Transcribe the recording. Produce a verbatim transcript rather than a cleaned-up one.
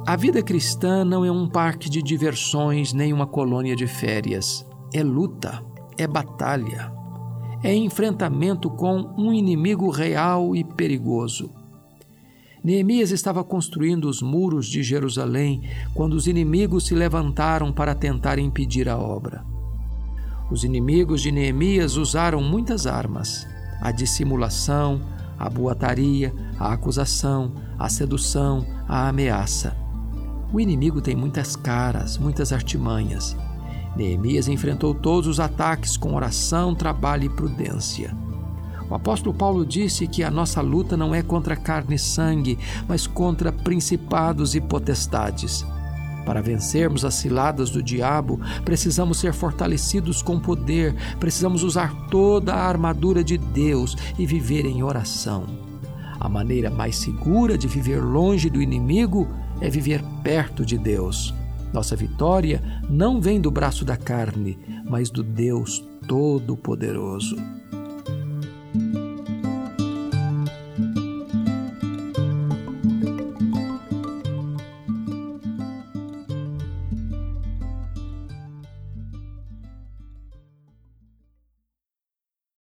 A vida cristã não é um parque de diversões nem uma colônia de férias. É luta, é batalha, é enfrentamento com um inimigo real e perigoso. Neemias estava construindo os muros de Jerusalém quando os inimigos se levantaram para tentar impedir a obra. Os inimigos de Neemias usaram muitas armas: a dissimulação, a boataria, a acusação, a sedução, a ameaça. O inimigo tem muitas caras, muitas artimanhas. Neemias enfrentou todos os ataques com oração, trabalho e prudência. O apóstolo Paulo disse que a nossa luta não é contra carne e sangue, mas contra principados e potestades. Para vencermos as ciladas do diabo, precisamos ser fortalecidos com poder, precisamos usar toda a armadura de Deus e viver em oração. A maneira mais segura de viver longe do inimigo é viver perto de Deus. Nossa vitória não vem do braço da carne, mas do Deus Todo-Poderoso.